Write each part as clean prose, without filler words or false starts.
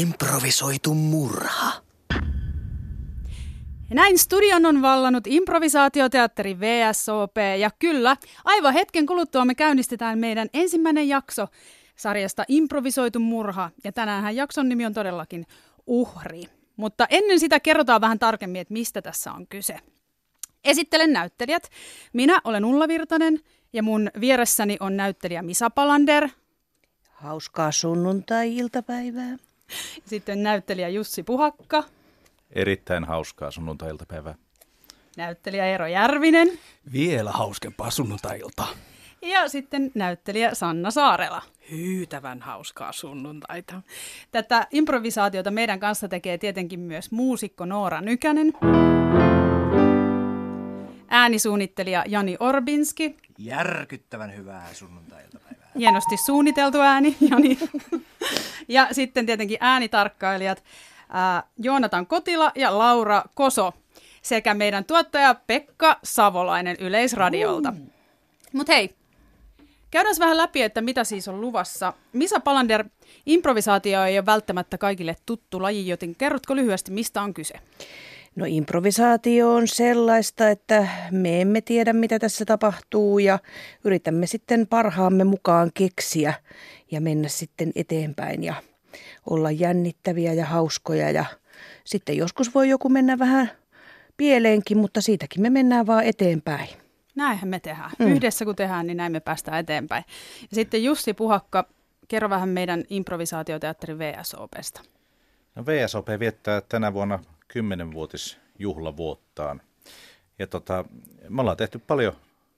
Improvisoitu murha. Ja näin studion on vallannut improvisaatioteatteri VSOP, ja kyllä, aivan hetken kuluttua me käynnistetään meidän ensimmäinen jakso sarjasta Improvisoitu murha, ja tänäänhän jakson nimi on todellakin Uhri. Mutta ennen sitä kerrotaan vähän tarkemmin, että mistä tässä on kyse. Esittelen näyttelijät. Minä olen Ulla Virtanen, ja mun vieressäni on näyttelijä Misa Palander. Hauskaa sunnuntai-iltapäivää. Sitten näyttelijä Jussi Puhakka. Erittäin hauskaa sunnuntai-iltapäivää. Näyttelijä Eero Järvinen. Vielä hauskempaa sunnuntai-iltaa. Ja sitten näyttelijä Sanna Saarela. Hyytävän hauskaa sunnuntaita. Tätä improvisaatiota meidän kanssa tekee tietenkin myös muusikko Noora Nykänen. Äänisuunnittelija Jani Orbinski. Järkyttävän hyvää sunnuntai-iltapäivää. Hienosti suunniteltu ääni, Jani. Ja sitten tietenkin äänitarkkailijat Joonatan Kotila ja Laura Koso sekä meidän tuottaja Pekka Savolainen Yleisradiolta. Mutta hei, käydään vähän läpi, että mitä siis on luvassa. Misa Palander, improvisaatio ei ole välttämättä kaikille tuttu laji, joten kerrotko lyhyesti, mistä on kyse? No improvisaatio on sellaista, että me emme tiedä mitä tässä tapahtuu ja yritämme sitten parhaamme mukaan keksiä ja mennä sitten eteenpäin ja olla jännittäviä ja hauskoja ja sitten joskus voi joku mennä vähän pieleenkin, mutta siitäkin me mennään vaan eteenpäin. Näinhän me tehdään. Yhdessä kun tehdään, niin näin me päästään eteenpäin. Ja sitten Jussi Puhakka, kerro vähän meidän improvisaatioteatterin VSOPsta. No VSOP viettää tänä vuonna 10-vuotisjuhlavuottaan. Ja me ollaan tehty paljon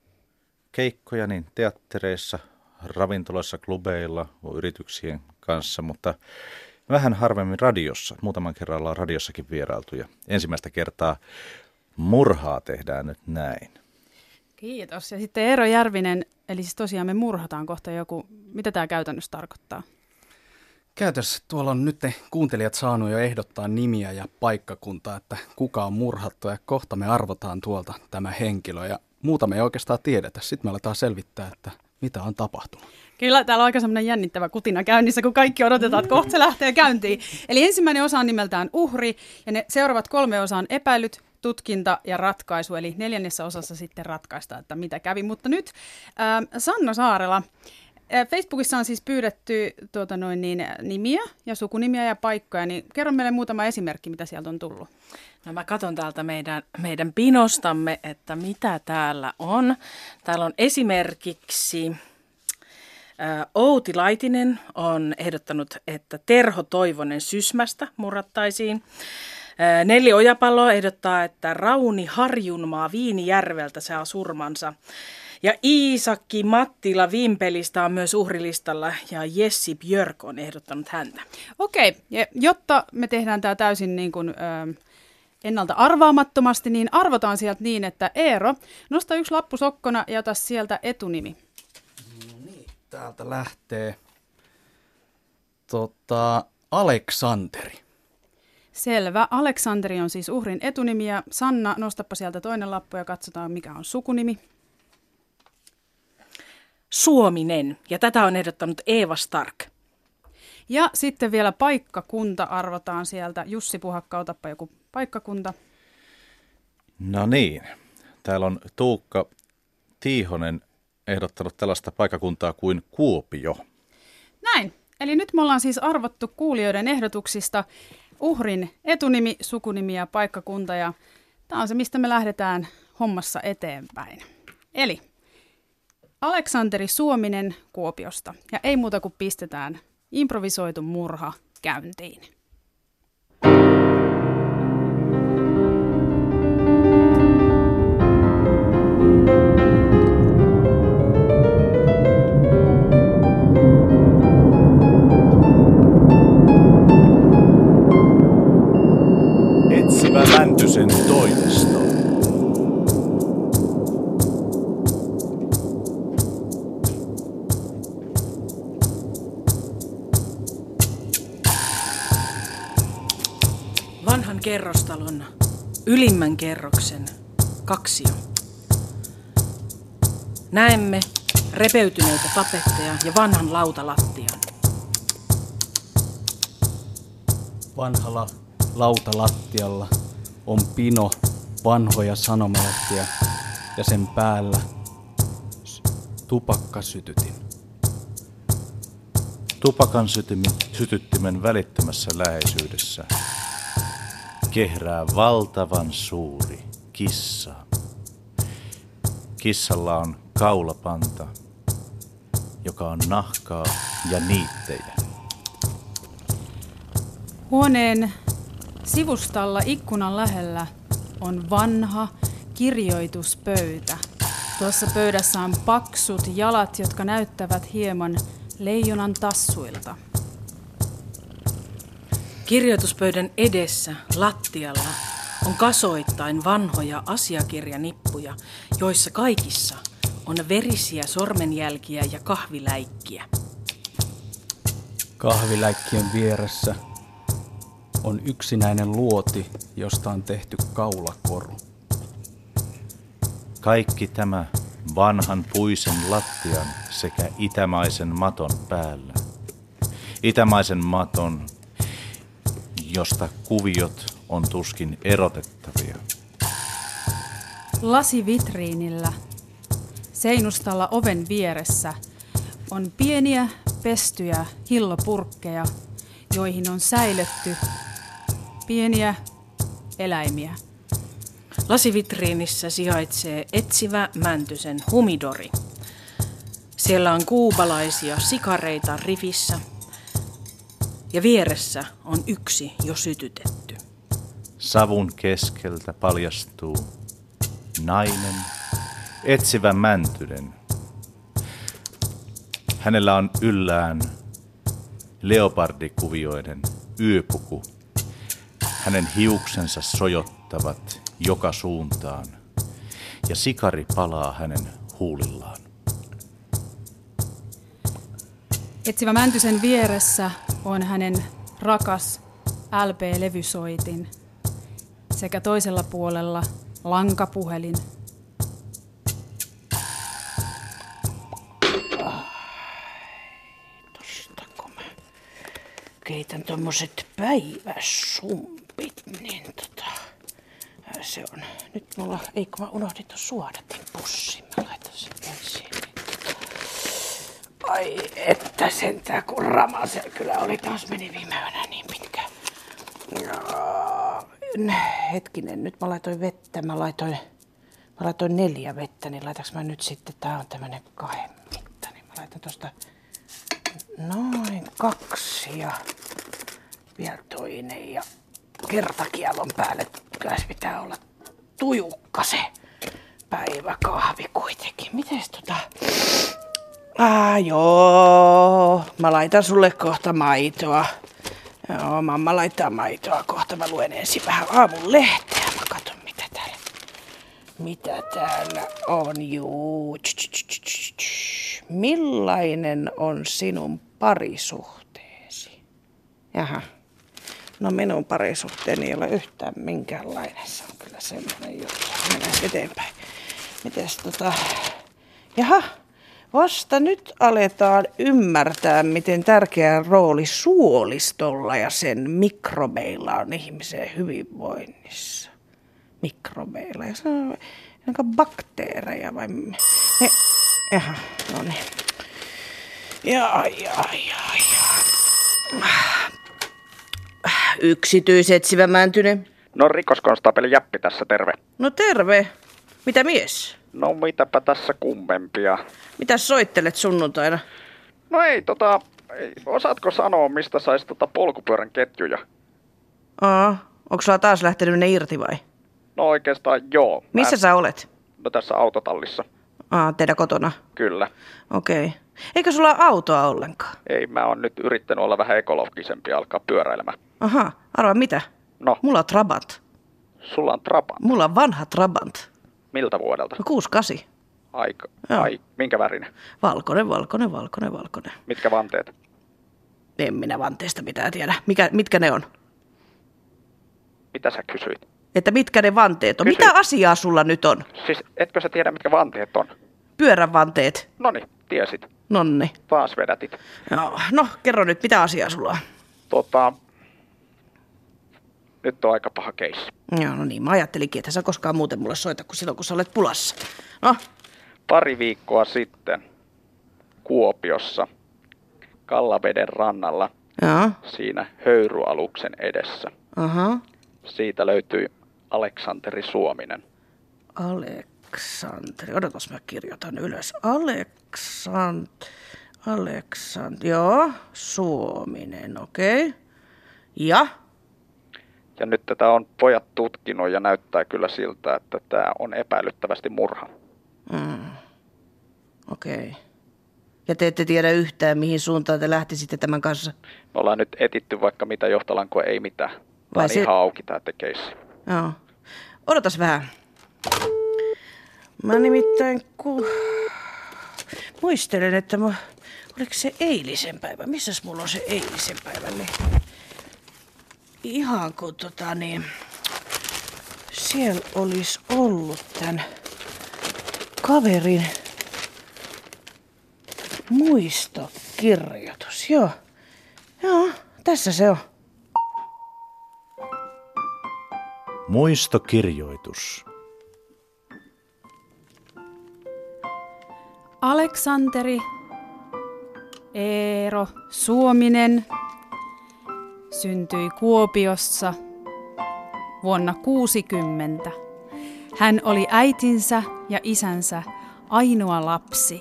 keikkoja niin teattereissa, ravintoloissa, klubeilla, yrityksien kanssa, mutta vähän harvemmin radiossa. Muutaman kerran ollaan radiossakin vierailtu ja ensimmäistä kertaa murhaa tehdään nyt näin. Kiitos. Ja sitten Eero Järvinen, eli siis tosiaan me murhataan kohta joku. Mitä tämä käytännössä tarkoittaa? Käytössä tuolla on nyt kuuntelijat saanut jo ehdottaa nimiä ja paikkakuntaa, että kuka on murhattu ja kohta me arvotaan tuolta tämä henkilö ja muuta me ei oikeastaan tiedetä. Sitten me aletaan selvittää, että mitä on tapahtunut. Kyllä, täällä on aika semmoinen jännittävä kutina käynnissä, kun kaikki odotetaan, että kohta se lähtee käyntiin. Eli ensimmäinen osa on nimeltään Uhri ja ne seuraavat 3 osaa on epäilyt, tutkinta ja ratkaisu. Eli 4. osassa sitten ratkaistaan, että mitä kävi. Mutta nyt Sanna Saarela. Facebookissa on siis pyydetty nimiä ja sukunimiä ja paikkoja, niin kerro meille muutama esimerkki, mitä sieltä on tullut. No mä katson täältä meidän pinostamme, että mitä täällä on. Täällä on esimerkiksi Outi Laitinen on ehdottanut, että Terho Toivonen Sysmästä murrattaisiin. Nelli Ojapalo ehdottaa, että Rauni Harjunmaa Viinijärveltä saa surmansa. Ja Iisakki Mattila Vimpelistä on myös uhrilistalla ja Jessi Björk on ehdottanut häntä. Okei, ja jotta me tehdään tämä täysin niin kuin, ennalta arvaamattomasti, niin arvotaan sieltä niin, että Eero, nosta 1 lappu sokkona ja ota sieltä etunimi. No niin, täältä lähtee Aleksanteri. Selvä. Aleksanteri on siis uhrin etunimi ja Sanna, nostappa sieltä toinen lappu ja katsotaan mikä on sukunimi. Suominen, ja tätä on ehdottanut Eeva Stark. Ja sitten vielä paikkakunta arvotaan sieltä. Jussi Puhakka, otappa joku paikkakunta. No niin, täällä on Tuukka Tiihonen ehdottanut tällaista paikkakuntaa kuin Kuopio. Näin, eli nyt me ollaan siis arvottu kuulijoiden ehdotuksista uhrin etunimi, sukunimi ja paikkakunta. Ja tämä on se, mistä me lähdetään hommassa eteenpäin. Eli Aleksanteri Suominen Kuopiosta. Ja ei muuta kuin pistetään improvisoitu murha käyntiin. Etsivä Mäntysen toimisto. Vanhan kerrostalon ylimmän kerroksen kaksio. Näemme repeytyneitä tapetteja ja vanhan lautalattian. Vanhalla lautalattialla on pino vanhoja sanomalehtiä ja sen päällä tupakkasytytin. Tupakan sytyttimen välittömässä läheisyydessä kehrää valtavan suuri kissa. Kissalla on kaulapanta, joka on nahkaa ja niittejä. Huoneen sivustalla ikkunan lähellä on vanha kirjoituspöytä. Tuossa pöydässä on paksut jalat, jotka näyttävät hieman leijonan tassuilta. Kirjoituspöydän edessä, lattialla, on kasoittain vanhoja asiakirjanippuja, joissa kaikissa on verisiä sormenjälkiä ja kahviläikkiä. Kahviläikkien vieressä on yksinäinen luoti, josta on tehty kaulakoru. Kaikki tämä vanhan puisen lattian sekä itämaisen maton päällä. Itämaisen maton, josta kuviot on tuskin erotettavia. Lasivitriinillä seinustalla oven vieressä on pieniä pestyjä hillopurkkeja, joihin on säilötty pieniä eläimiä. Lasivitriinissä sijaitsee etsivä Mäntysen humidori. Siellä on kuubalaisia sikareita rivissä ja vieressä on yksi jo sytytetty. Savun keskeltä paljastuu nainen, etsivä Mäntynen. Hänellä on yllään leopardikuvioiden yöpuku. Hänen hiuksensa sojottavat joka suuntaan ja sikari palaa hänen huulillaan. Etsivä Mäntysen vieressä on hänen rakas LP-levysoitin sekä toisella puolella lankapuhelin. Tosta kun mä keitän tommoset päiväsumpit, niin se on. Nyt mulla, ei kun mä unohdin ton suodatin pussin, mä laitan sen ensin. Ai että sentään kun ramasel kyllä oli taas meni viime yönä niin pitkä. Hetkinen, nyt mä laitoin vettä, mä laitoin 4 vettä, niin laitaks mä nyt sitten, tää on tämmönen 2 mitta, niin mä laitan tosta noin 2 ja vielä toinen ja kertakielon päälle. Kyllä se pitää olla tujukka se päiväkahvi kuitenkin. Mites joo, mä laitan sulle kohta maitoa. Joo, mamma laittaa maitoa kohta. Mä luen ensin vähän aamun lehteä. Mä katon mitä täällä on. Juu. Millainen on sinun parisuhteesi? Jaha. No minun parisuhteeni ei ole yhtään minkäänlainen. Se on kyllä semmoinen juttu. Mennään eteenpäin. Mites Jaha. Vasta nyt aletaan ymmärtää, miten tärkeä rooli suolistolla ja sen mikrobeilla on ihmisen hyvinvoinnissa. Mikrobeilla. Ja se on bakteereja vai... Jaha, no niin. Ja. Yksityisetsivä Mäntynen. No rikoskonstaapeli Jäppi tässä, terve. No terve. Mitä mies? No mitäpä tässä kummempia. Mitä soittelet sunnuntaina? No osaatko sanoa, mistä sais polkupyörän ketjuja? Onko sulla taas lähtenyt ne irti vai? No oikeastaan joo. Missä sä olet? No tässä autotallissa. Teidän kotona? Kyllä. Okei. Eikö sulla ole autoa ollenkaan? Ei, mä oon nyt yrittänyt olla vähän ekologisempi ja alkaa pyöräilemään. Aha, arvaa mitä? No? Mulla on Trabant. Sulla on Trabant? Mulla on vanha Trabant. Miltä vuodelta? No 68. Ai, minkä värinen? Valkoinen. Mitkä vanteet? En minä vanteesta mitään tiedä. Mitkä ne on? Mitä sä kysyit? Että mitkä ne vanteet on? Mitä asiaa sulla nyt on? Siis etkö sä tiedä, mitkä vanteet on? Pyörän vanteet. Noniin, tiesit. Nonni. Taas vedätit. Joo. No, kerro nyt, mitä asiaa sulla on? nyt on aika paha keissi. Joo, no niin, mä ajattelinkin, että sä koskaan muuten mulle soita kuin silloin, kun sä olet pulassa. No? Pari viikkoa sitten Kuopiossa Kallaveden rannalla Joo. siinä höyryaluksen edessä. Aha. Siitä löytyi Aleksanteri Suominen. Aleksanteri. Odotas, mä kirjoitan ylös. Joo, Suominen, okei. Okay. Ja? Ja nyt tätä on pojat tutkinut ja näyttää kyllä siltä, että tämä on epäilyttävästi murha. Okei. Okay. Ja te ette tiedä yhtään, mihin suuntaan te lähtisitte tämän kanssa? Me ollaan nyt etitty vaikka mitä johtolankoa, ei mitään. Tämä on ihan auki tämä keissi. Joo. Odotas vähän. Mä nimittäin muistelen, että oliko se eilisen päivä? Missäs mulla on se eilisen päivän lehti? Ihan kun siellä olisi ollut tän kaverin muistokirjoitus. Joo, tässä se on. Muistokirjoitus. Aleksanteri Eero Suominen syntyi Kuopiossa vuonna 1960. Hän oli äitinsä ja isänsä ainoa lapsi.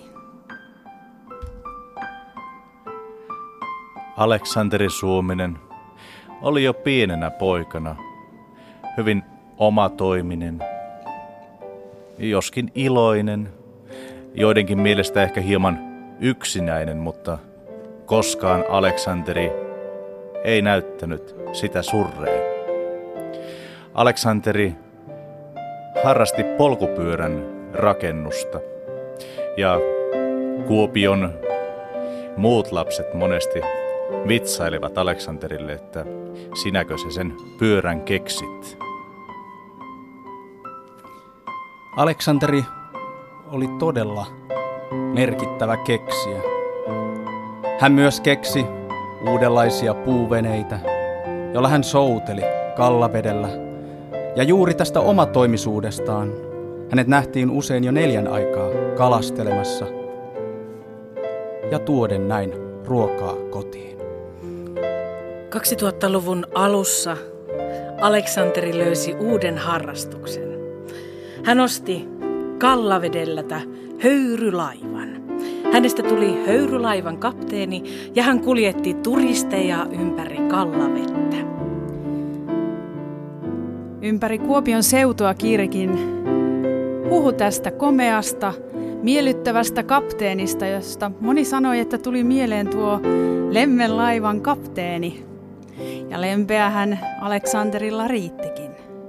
Aleksanteri Suominen oli jo pienenä poikana hyvin omatoiminen, joskin iloinen, joidenkin mielestä ehkä hieman yksinäinen, mutta koskaan Aleksanteri ei näyttänyt sitä surreen. Aleksanteri harrasti polkupyörän rakennusta ja Kuopion muut lapset monesti vitsailevat Aleksanterille, että sinäkö se sen pyörän keksit. Aleksanteri oli todella merkittävä keksijä. Hän myös keksi uudenlaisia puuveneitä, joilla hän souteli Kallavedellä. Ja juuri tästä omatoimisuudestaan hänet nähtiin usein jo 4 aikaa kalastelemassa ja tuoden näin ruokaa kotiin. 2000-luvun alussa Aleksanteri löysi uuden harrastuksen. Hän osti Kallavedellätä höyrylaivan. Hänestä tuli höyrylaivan kapteeni ja hän kuljetti turisteja ympäri Kallavettä. Ympäri Kuopion seutua kiirikin huhu tästä komeasta, miellyttävästä kapteenista, josta moni sanoi, että tuli mieleen tuo lemmen laivan kapteeni. Ja lempeähän Aleksanterilla riittikin.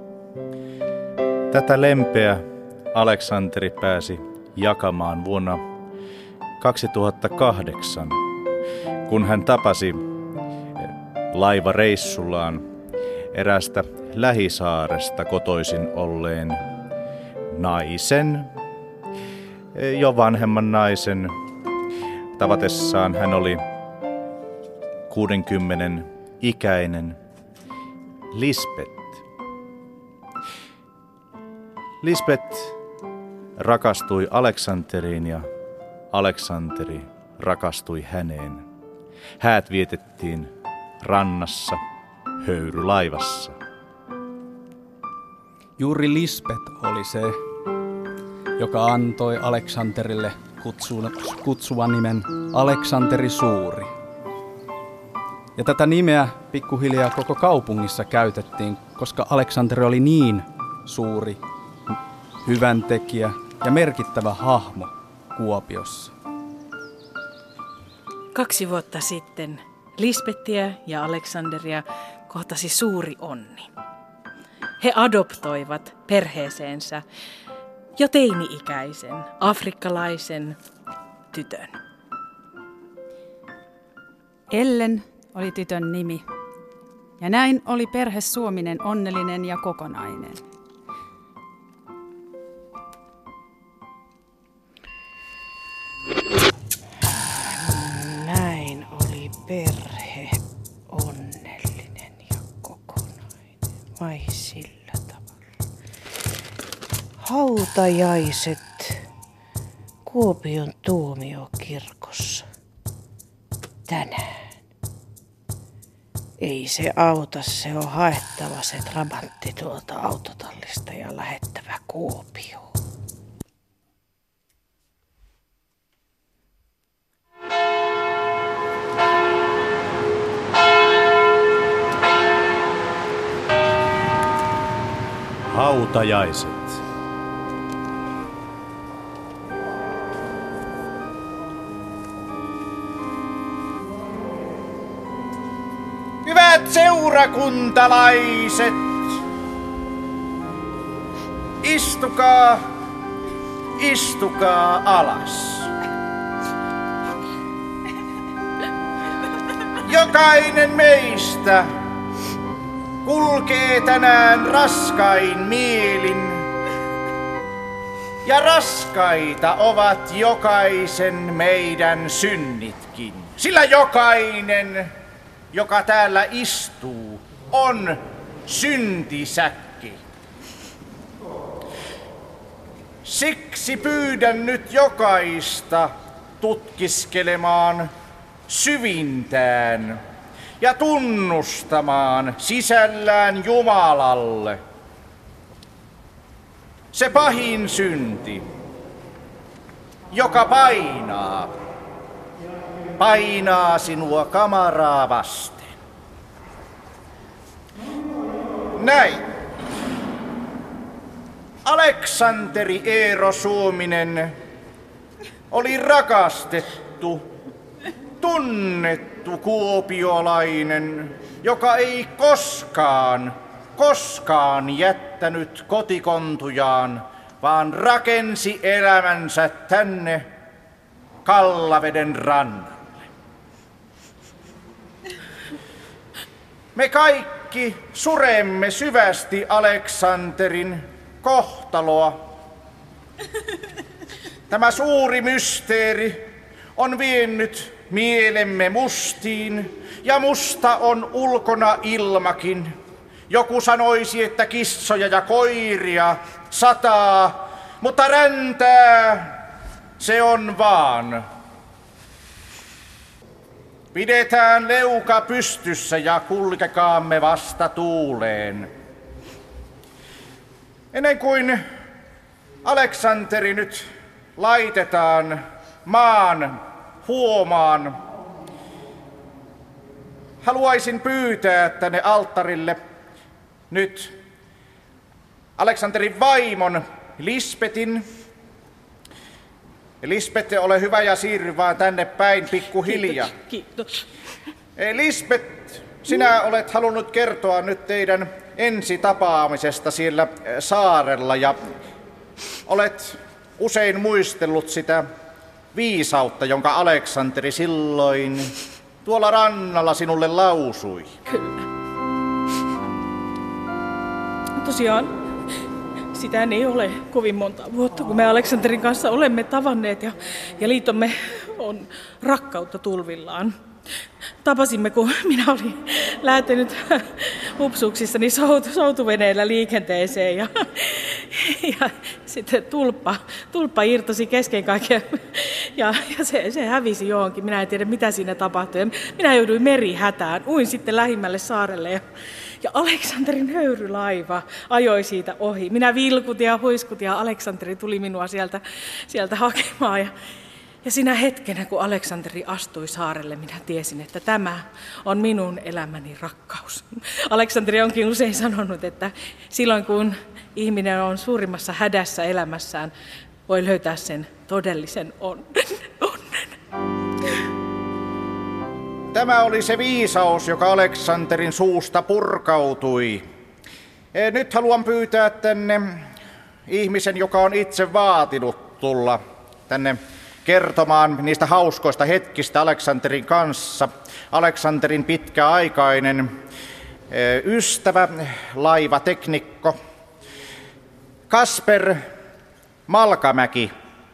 Tätä lempeä Aleksanteri pääsi jakamaan vuonna 2008, kun hän tapasi laivareissullaan erästä lähisaaresta kotoisin olleen naisen, jo vanhemman naisen. Tavatessaan hän oli 60 ikäinen Lisbeth. Lisbeth rakastui Aleksanteriin ja Aleksanteri rakastui häneen. Häät vietettiin rannassa, höyrylaivassa. Juuri Lisbeth oli se, joka antoi Aleksanterille kutsuvan nimen Aleksanteri Suuri. Ja tätä nimeä pikkuhiljaa koko kaupungissa käytettiin, koska Aleksanteri oli niin suuri, hyväntekijä ja merkittävä hahmo Kuopiossa. 2 vuotta sitten Lisbethiä ja Aleksanteria kohtasi suuri onni. He adoptoivat perheeseensä jo teini-ikäisen afrikkalaisen tytön. Ellen oli tytön nimi. Ja näin oli perhe Suominen onnellinen ja kokonainen. Näin oli perhe onnellinen ja kokonainen. Hautajaiset Kuopion tuomiokirkossa tänään. Ei se auta, se on haettava se Trabantti tuolta autotallista ja lähettävä Kuopioon. Hautajaiset. Hyvät seurakuntalaiset, istukaa alas. Jokainen meistä kulkee tänään raskain mielin, ja raskaita ovat jokaisen meidän synnitkin. Sillä jokainen, joka täällä istuu, on syntisäkki. Siksi pyydän nyt jokaista tutkiskelemaan syvintään ja tunnustamaan sisällään Jumalalle se pahin synti, joka painaa sinua kamaraa vasten. Näin. Aleksanteri Eero Suominen oli rakastettu, tunnettu kuopiolainen, joka ei koskaan jättänyt kotikontujaan, vaan rakensi elämänsä tänne Kallaveden rannalle. Me kaikki suremme syvästi Aleksanterin kohtaloa. Tämä suuri mysteeri on vienyt mielemme mustiin, ja musta on ulkona ilmakin. Joku sanoisi, että kissoja ja koiria sataa, mutta räntää se on vaan. Pidetään leuka pystyssä ja kulkekaamme vasta tuuleen. Ennen kuin Aleksanteri nyt laitetaan maan huomaan, haluaisin pyytää tänne alttarille nyt Aleksanterin vaimon Lisbetin. Lisbeth, ole hyvä ja siirry vaan tänne päin pikkuhiljaa. Kiitos. Lisbeth, sinä olet halunnut kertoa nyt teidän ensitapaamisesta siellä saarella ja olet usein muistellut sitä viisautta, jonka Aleksanteri silloin tuolla rannalla sinulle lausui. Kyllä. Tosiaan, sitä ei ole kovin monta vuotta, kun me Aleksanterin kanssa olemme tavanneet ja liitomme on rakkautta tulvillaan. Tapasimme, kun minä olin lähtenyt hupsuksissani soutuveneellä liikenteeseen ja sitten tulppa irtosi kesken kaiken ja se hävisi johonkin. Minä en tiedä, mitä siinä tapahtui. Minä jouduin merihätään, uin sitten lähimmälle saarelle ja Aleksanterin höyrylaiva ajoi siitä ohi. Minä vilkutin ja huiskutin ja Aleksanteri tuli minua sieltä hakemaan. Ja siinä hetkenä, kun Aleksanteri astui saarelle, minä tiesin, että tämä on minun elämäni rakkaus. Aleksanteri onkin usein sanonut, että silloin kun ihminen on suurimmassa hädässä elämässään, voi löytää sen todellisen onnen. Tämä oli se viisaus, joka Aleksanterin suusta purkautui. Nyt haluan pyytää tänne ihmisen, joka on itse vaatinut tulla tänne kertomaan niistä hauskoista hetkistä Aleksanterin kanssa. Aleksanterin pitkäaikainen ystävä, laivateknikko Kasper Malkamäki.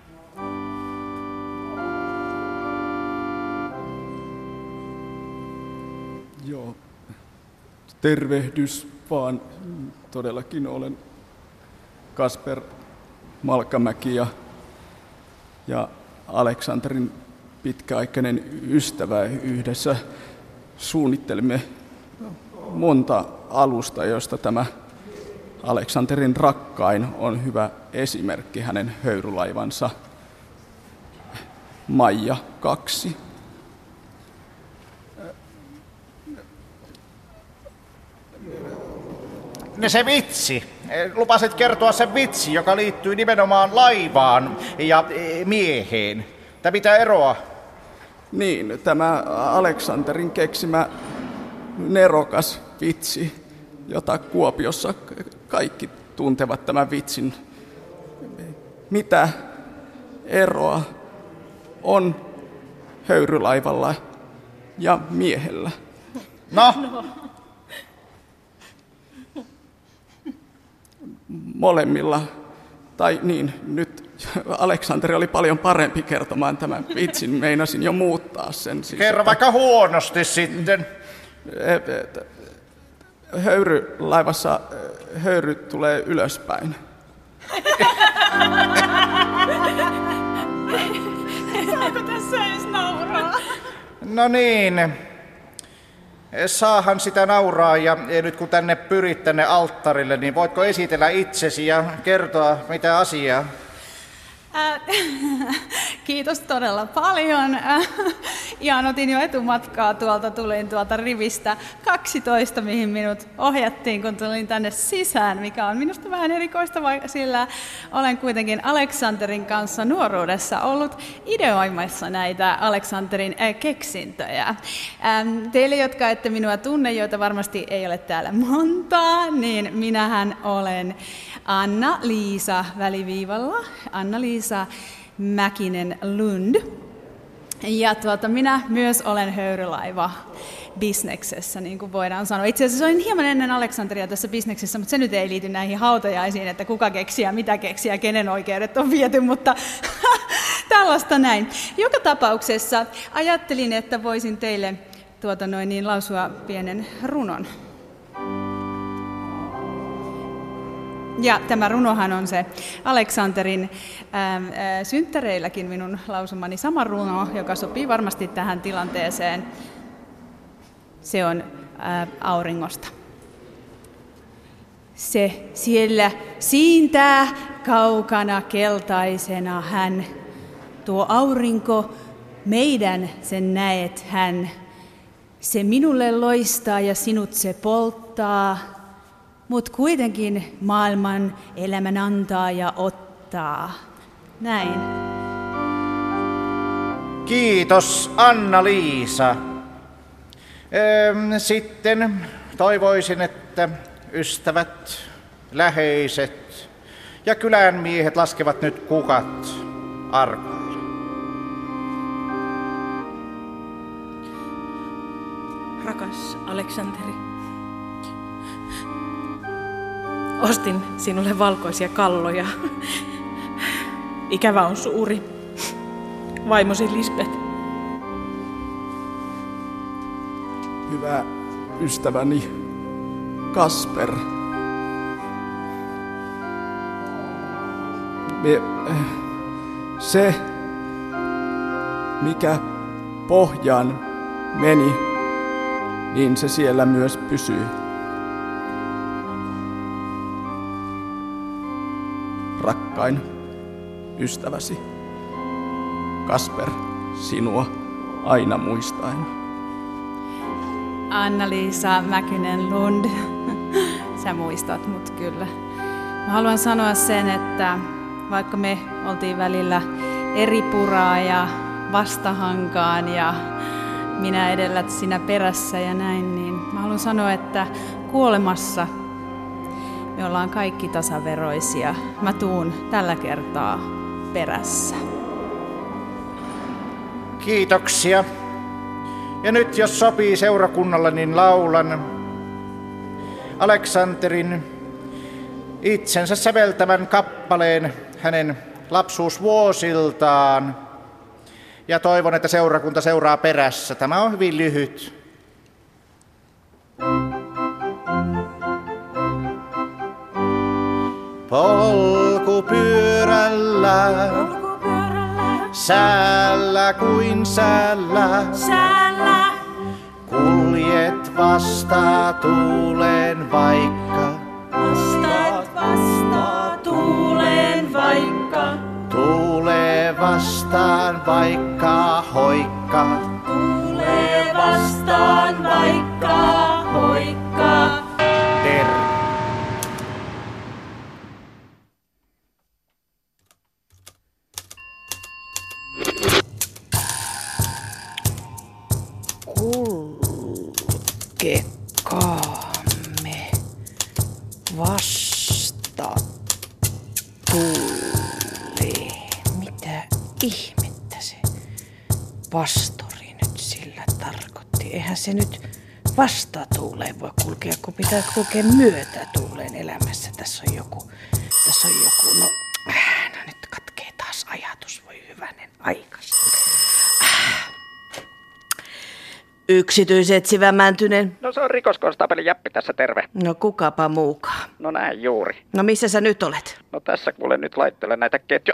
Joo, tervehdys vaan. Todellakin olen Kasper Malkamäki ja Aleksanterin pitkäaikainen ystävä yhdessä suunnittelimme monta alusta, joista tämä Aleksanterin rakkain on hyvä esimerkki, hänen höyrylaivansa Maija 2. Se vitsi. Lupasit kertoa sen vitsi, joka liittyy nimenomaan laivaan ja mieheen. Tai mitä eroa? Niin, tämä Aleksanterin keksimä nerokas vitsi, jota Kuopiossa kaikki tuntevat tämän vitsin. Mitä eroa on höyrylaivalla ja miehellä? No? Molemmilla, tai niin, nyt Aleksanteri oli paljon parempi kertomaan tämän vitsin, meinasin jo muuttaa sen. Siis, kerro vaikka huonosti sitten. Höyrylaivassa höyry tulee ylöspäin. Saako tässä edes nauraa? No niin. Saahan sitä nauraa ja nyt kun tänne pyrit tänne alttarille, niin voitko esitellä itsesi ja kertoa mitä asiaa? Kiitos todella paljon. Ihan otin jo etumatkaa tulin tuolta rivistä 12, mihin minut ohjattiin, kun tulin tänne sisään, mikä on minusta vähän erikoista, sillä olen kuitenkin Aleksanterin kanssa nuoruudessa ollut ideoimassa näitä Aleksanterin keksintöjä. Teille, jotka ette minua tunne, joita varmasti ei ole täällä montaa, niin minähän olen Anna-Liisa väliviivalla, Anna-Liisa Mäkinen Lund. Ja minä myös olen höyrylaiva bisneksessä, niin kuin voidaan sanoa. Itse asiassa olin hieman ennen Aleksanteria tässä bisneksessä, mutta se nyt ei liity näihin hautajaisiin, että kuka keksiä, mitä keksiä, kenen oikeudet on viety, mutta tällaista näin. Joka tapauksessa ajattelin, että voisin teille lausua pienen runon. Ja tämä runohan on se Aleksanterin synttäreilläkin minun lausumani sama runo, joka sopii varmasti tähän tilanteeseen. Se on auringosta. Se siellä siintää kaukana keltaisena hän. Tuo aurinko, meidän sen näet hän. Se minulle loistaa ja sinut se polttaa. Mut kuitenkin maailman elämän antaa ja ottaa. Näin. Kiitos Anna-Liisa. Sitten toivoisin, että ystävät, läheiset ja kylän miehet laskevat nyt kukat arkulle. Rakas Aleksanteri. Ostin sinulle valkoisia kalloja. Ikävä on suuri. Vaimosi Lisbeth. Hyvä ystäväni Kasper. Se, mikä pohjaan meni, niin se siellä myös pysyy. Rakkain ystäväsi, Kasper, sinua aina muistaen. Anna-Liisa Mäkinen Lund, sä muistat mut kyllä. Mä haluan sanoa sen, että vaikka me oltiin välillä eri puraa ja vastahankaan ja minä edellä sinä perässä ja näin, niin mä haluan sanoa, että kuolemassa me ollaan kaikki tasaveroisia. Mä tuun tällä kertaa perässä. Kiitoksia. Ja nyt jos sopii seurakunnalle, niin laulan Aleksanterin itsensä säveltävän kappaleen hänen lapsuusvuosiltaan. Ja toivon, että seurakunta seuraa perässä. Tämä on hyvin lyhyt. Polkupyörä Säällä kuin säällä. Kuljet vastaa tuuleen vaikka. Tuulee vastaan vaikka hoikka. Kulkekaamme vasta tuulee. Mitä ihmettä se pastori nyt sillä tarkoitti? Eihän se nyt vastatuuleen voi kulkea, kun pitää kulkea myötätuuleen elämässä. Tässä on joku. No nyt katkee taas ajatus, voi hyvänen aikas. Yksityisetsivä Mäntynen. No se on rikoskonstaapeli Jäppi tässä, terve. No kukapa muukaan. No näin juuri. No missä sä nyt olet? No tässä kuule nyt laittelen näitä ketjuja.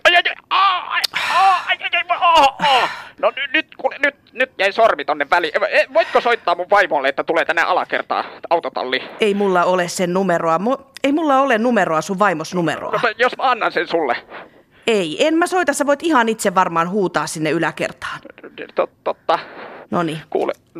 No nyt jäi sormi tonne väliin. Voitko soittaa mun vaimolle, että tulee tänne alakertaan autotalliin? Ei mulla ole sen numeroa. Ei mulla ole numeroa, sun vaimos numeroa. No, jos mä annan sen sulle. Ei, en mä soita. Sä voit ihan itse varmaan huutaa sinne yläkertaan. Totta. Noniin. Kuule, no,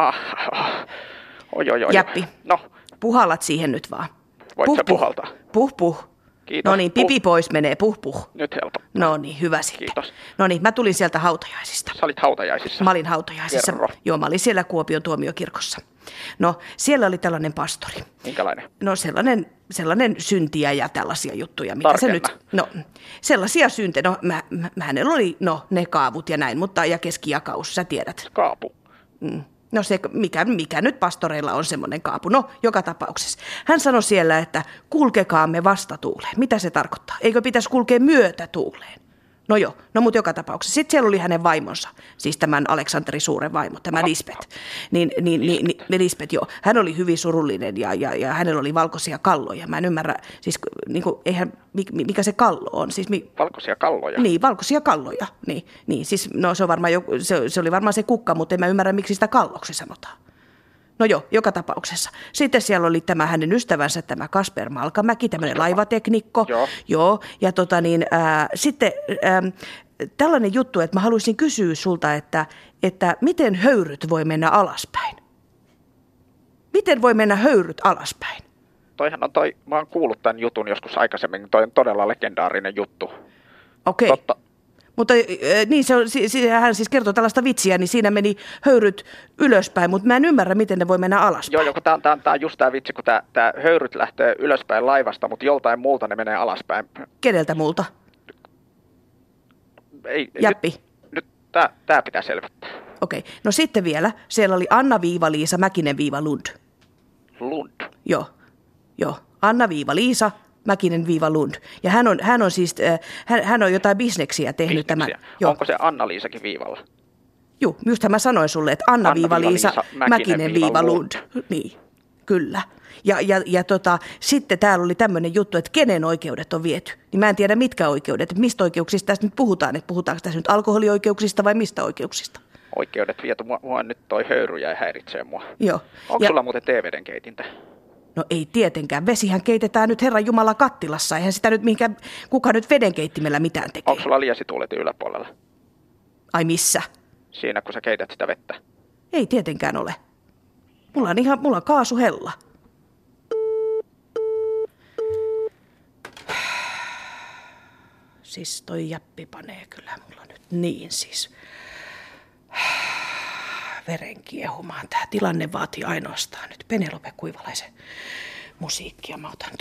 Oi. Jäppi, No. puhallat siihen nyt vaan. Voit sä puhaltaa? Puh. Kiitos. Noniin, pipi pois menee, puh. Nyt helppo. Noniin, hyvä sitten. Kiitos. Noniin, mä tulin sieltä hautajaisista. Sä olit hautajaisissa? Mä olin hautajaisissa. Kerro. Joo, mä olin siellä Kuopion tuomiokirkossa. No, siellä oli tällainen pastori. Minkälainen? No sellainen syntiä ja tällaisia juttuja. Mitä se nyt? No, sellaisia syntejä. No, hänellä oli, ne kaavut ja näin, mutta ja keskijakaus, sä tiedät. Kaapu. No se, mikä nyt pastoreilla on semmoinen kaapu. No, joka tapauksessa. Hän sanoi siellä, että kulkekaamme vastatuuleen. Mitä se tarkoittaa? Eikö pitäisi kulkea myötätuuleen? No joo, mutta joka tapauksessa. Sitten siellä oli hänen vaimonsa, siis tämän Aleksanteri Suuren vaimo, tämä Lisbeth. Lisbeth, joo. Hän oli hyvin surullinen ja hänellä oli valkoisia kalloja. Mä en ymmärrä, siis eihän, mikä se kallo on. Siis, valkoisia kalloja? Niin, valkoisia kalloja. Niin, siis se on varmaan se oli varmaan se kukka, mutta en mä ymmärrä, miksi sitä kalloksi sanotaan. No joo, joka tapauksessa. Sitten siellä oli tämä hänen ystävänsä, tämä Kasper Malkamäki, tämmöinen laivateknikko. Joo. Ja sitten tällainen juttu, että mä haluaisin kysyä sulta, että miten höyryt voi mennä alaspäin? Miten voi mennä höyryt alaspäin? Toihan on mä oon kuullut tämän jutun joskus aikaisemmin, toi on todella legendaarinen juttu. Okei. Totta. Mutta niin, hän siis kertoi tällaista vitsiä, niin siinä meni höyryt ylöspäin, mutta mä en ymmärrä, miten ne voi mennä alaspäin. Joo, kun tää on just tää vitsi, kun tää höyryt lähtee ylöspäin laivasta, mutta joltain muulta ne menee alaspäin. Keneltä muulta? Ei, Jäppi. Nyt tää pitää selvittää. Okei, no sitten vielä, siellä oli Anna-Liisa Mäkinen-Lund. Lund? Joo, Anna-Liisa Mäkinen-Lund. Ja hän on siis, hän on jotain bisneksiä tehnyt tämän. Joo. Onko se Anna-Liisakin viivalla? Joo, justhän mä sanoin sulle, että Anna-Liisa Mäkinen-Lund. Niin, kyllä. Ja sitten täällä oli tämmöinen juttu, että kenen oikeudet on viety. Niin mä en tiedä mitkä oikeudet, että mistä oikeuksista tässä nyt puhutaan. Että puhutaanko tässä nyt alkoholioikeuksista vai mistä oikeuksista? Oikeudet viety. Mua nyt toi höyry jäi häiritsee mua. Joo. Onko sulla muuten teeveden keitintä? No ei tietenkään. Vesihän keitetään nyt Herran Jumala kattilassa. Eihän sitä nyt kuka nyt vedenkeittimellä mitään tekee. Onko sulla liesituuletin yläpuolella? Ai missä? Siinä, kun sä keität sitä vettä. Ei tietenkään ole. Mulla on kaasuhella. Siis toi Jäppi panee kyllä mulla nyt niin siis veren kiehumaan. Tää tilanne vaatii ainoastaan nyt Penelope Kuivalaisen musiikkia. Mä otan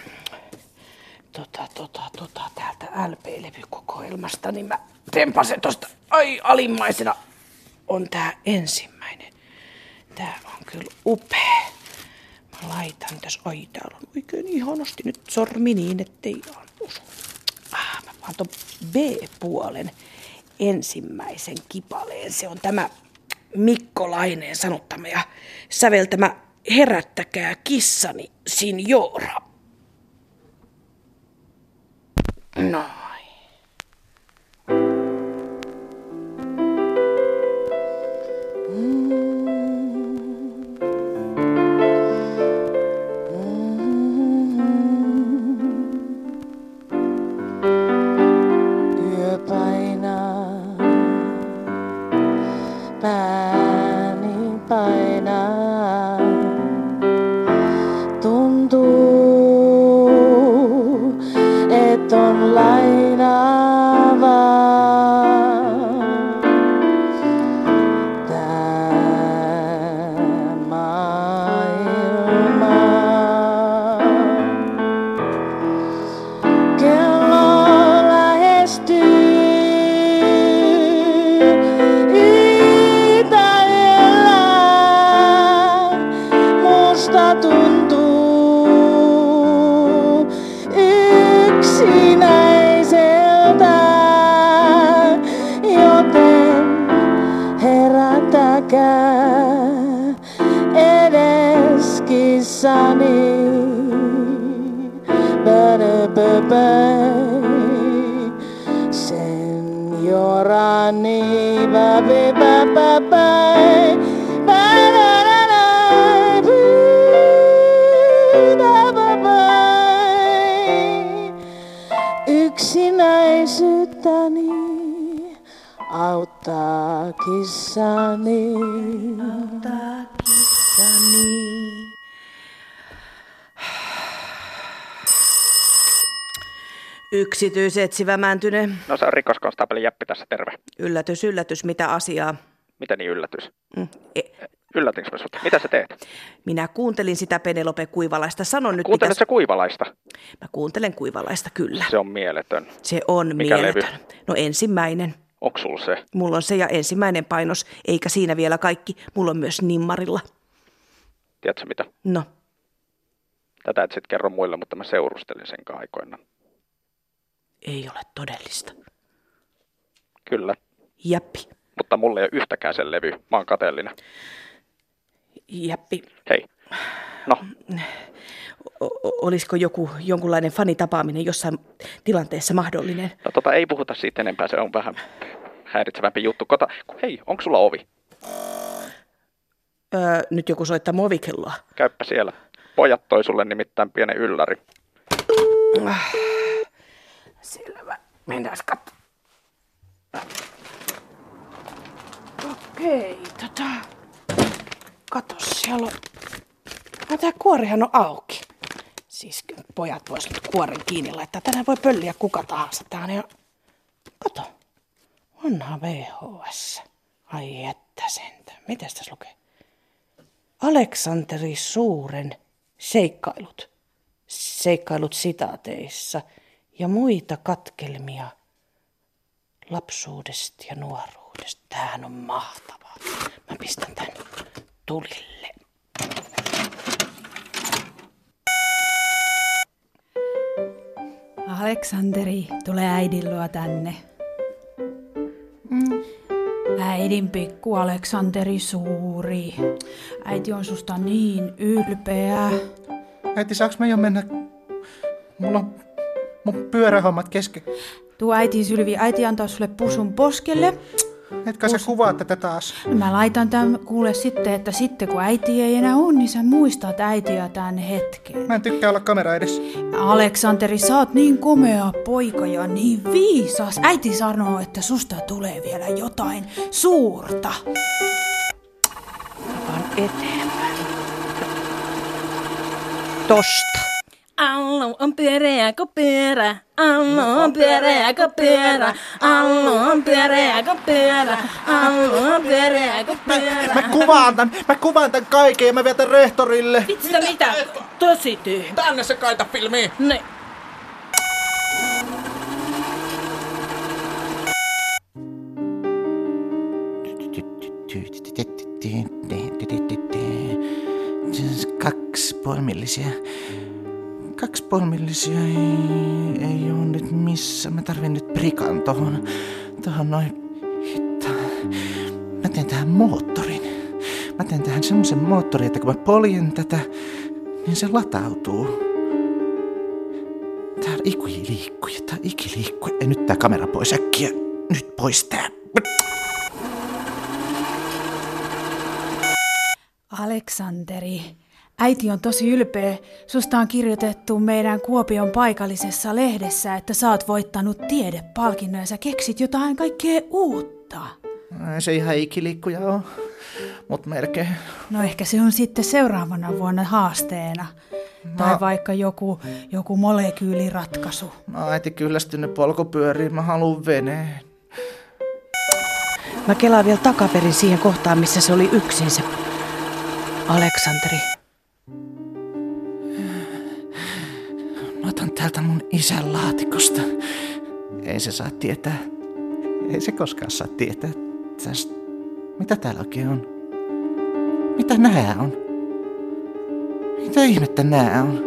täältä LP-levykokoelmasta, niin mä tempasen tosta. Ai, alimmaisena on tää ensimmäinen. Tää on kyllä upea. Mä laitan tässä. Ai, täällä on oikein ihanasti nyt sormi niin, ettei osu. Mä vaan ton B-puolen ensimmäisen kipaleen. Se on tämä Mikko Laineen sanottama ja säveltämä Herättäkää kissani, Signora. Noin. älkää edes kissani. Senjorani, yksinäisyyttäni auttaa kissani. Auttaa kissani. Yksityisetsivä Mäntynen. No se on rikoskonstaapeli Jäppi tässä, terve. Yllätys, yllätys, mitä asiaa? Mitä niin yllätys? Yllätinkö mä sut? Mitä sä teet? Minä kuuntelin sitä Penelope Kuivalaista. Sano nyt, Kuuntelet sä Kuivalaista? Mä kuuntelen Kuivalaista, kyllä. Se on mieletön. Se on mikä mieletön. levy? No ensimmäinen. Onko sulla se? Mulla on se ja ensimmäinen painos, eikä siinä vielä kaikki. Mulla on myös nimmarilla. Tiedätkö mitä? No. Tätä et sit kerro muille, mutta mä seurustelin sen aikoina. Ei ole todellista. Kyllä. Jäppi. Mutta mulla ei ole yhtäkään sen levy. Mä oon kateellinen. Jäppi. Hei. No. Olisiko jonkunlainen fanitapaaminen jossain tilanteessa mahdollinen? No ei puhuta siitä enempää. Se on vähän häiritsevämpi juttu. Hei, onko sulla ovi? Nyt joku soittaa movikelloa. Käyppä siellä. Pojat toi sulle nimittäin pienen ylläri. Selvä. Mennään katsomaan. Okei, kato, siellä on... No, tää kuorihan on auki. Siis pojat vois nyt kuoren kiinni laittaa. Tänään voi pölliä kuka tahansa. Tää on ihan... Kato. Vanha VHS. Ai että sentä. Mitäs tässä lukee? Aleksanteri Suuren seikkailut. Seikkailut sitaateissa. Ja muita katkelmia lapsuudesta ja nuoruudesta. Tämähän on mahtavaa. Mä pistän tän tulille. Aleksanteri, tule äidin luo tänne. Äidin pikku Aleksanteri Suuri. Äiti on susta niin ylpeä. Äiti, saaks mä jo mennä? Mulla on mun pyörähommat kesken. Tuu äitiin, Sylvi. Äiti antaa sulle pusun poskelle. Etkö sä kuvaa tätä taas? No mä laitan tämän kuule sitten, että sitten kun äiti ei enää ole, niin sä muistat äitiä tämän hetken. Mä en tykkää olla kamera edessä. Aleksanteri, sä oot niin komea poika ja niin viisas. Äiti sanoo, että susta tulee vielä jotain suurta. Vaan eteenpäin. Tosta. Allo on pyöreä kuin pyörä, allo on pyöreä kuin pyörä, allo on pyöreä kuin pyörä, allo on pyöreä kuin pyörä. Mä kuvaan tän kaiken ja mä vietän rehtorille. Vitsi mitä? Tosi tyhmä. Tänne se kaita filmiin. Ne. Kaksipolmillisia. Kaksipolmillisia ei oo nyt missä. Mä tarvin nyt prikan tohon noin. Hitto. Mä teen tähän moottorin. Mä teen tähän semmosen moottorin, että kun mä poljen tätä, niin se latautuu. Tää on ikiliikkuja. Ja nyt tää kamera pois äkkiä. Nyt pois tää. Aleksanteri, äiti on tosi ylpeä. Susta on kirjoitettu meidän Kuopion paikallisessa lehdessä, että sä oot voittanut tiedepalkinnon ja sä keksit jotain kaikkea uutta. Ei se ihan ikiliikkuja oo, mut melkein. No ehkä se on sitten seuraavana vuonna haasteena. Tai vaikka joku molekyyliratkaisu. Mä oon äiti kyllästynyt polkupyöriin, mä haluun veneen. Mä kelaan vielä takaperin siihen kohtaan, missä se oli yksin se Aleksanteri. Mä otan täältä mun isän laatikosta. Ei se saa tietää. Ei se koskaan saa tietää tästä. Mitä täällä oikein on? Mitä nää on? Mitä ihmettä nää on?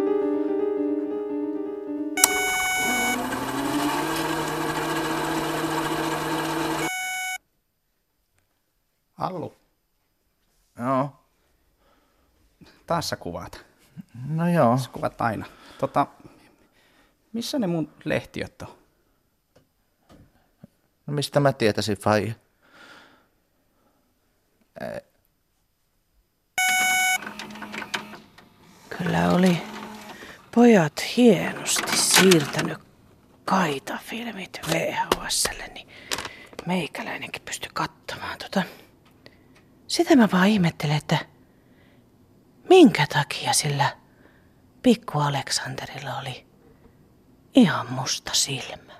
Allu. Joo. Taas sä kuvaat. No joo. Sä kuvat aina. Missä ne mun lehtiöt on? No mistä mä tietäisin, faija? Kyllä oli pojat hienosti siirtänyt kaitafilmit VHS:lle, niin meikäläinenkin pystyi katsomaan. Sitä mä vaan ihmettelen, että minkä takia sillä pikku Aleksanterilla oli ihan musta silmä.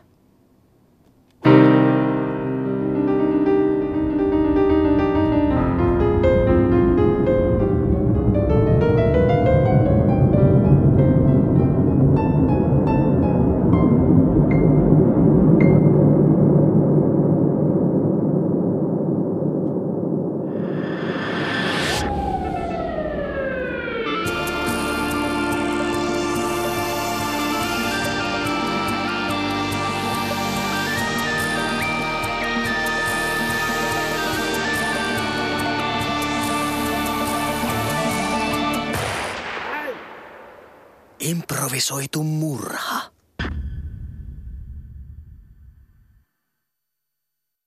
Improvisoitu murha.